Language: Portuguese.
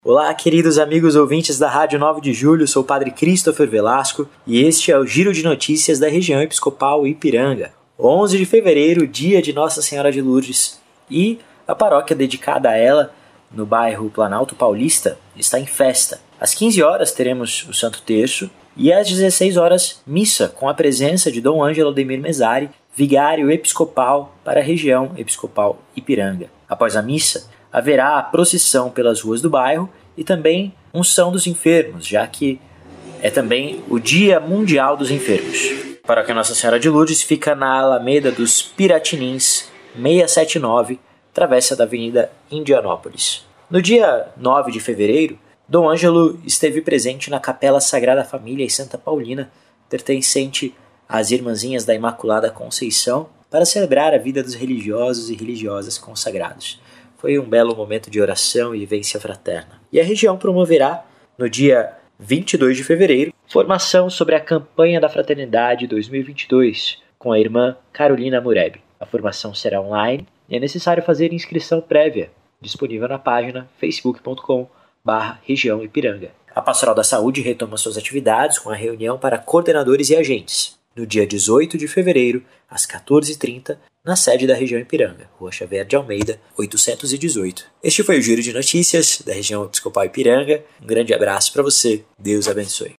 Olá, queridos amigos ouvintes da Rádio 9 de Julho, sou o Padre Christopher Velasco e este é o Giro de Notícias da região episcopal Ipiranga. 11 de fevereiro, dia de Nossa Senhora de Lourdes, e a paróquia dedicada a ela, no bairro Planalto Paulista, está em festa. Às 15 horas teremos o Santo Terço e às 16 horas missa com a presença de Dom Ângelo Ademir Mesari, vigário episcopal para a região episcopal Ipiranga. Após a missa, haverá a procissão pelas ruas do bairro e também unção dos enfermos, já que é também o Dia Mundial dos Enfermos. A paróquia Nossa Senhora de Lourdes fica na Alameda dos Piratinins, 679, travessa da Avenida Indianópolis. No dia 9 de fevereiro, Dom Ângelo esteve presente na Capela Sagrada Família e Santa Paulina, pertencente às Irmãzinhas da Imaculada Conceição, para celebrar a vida dos religiosos e religiosas consagrados. Foi um belo momento de oração e vivência fraterna. E a região promoverá, no dia 22 de fevereiro, formação sobre a campanha da Fraternidade 2022, com a irmã Carolina Mureb. A formação será online e é necessário fazer inscrição prévia, disponível na página facebook.com/região Ipiranga. A Pastoral da Saúde retoma suas atividades com a reunião para coordenadores e agentes, no dia 18 de fevereiro, às 14h30, na sede da região Ipiranga, Rua Xavier de Almeida, 818. Este foi o Giro de Notícias da região episcopal Ipiranga. Um grande abraço para você. Deus abençoe.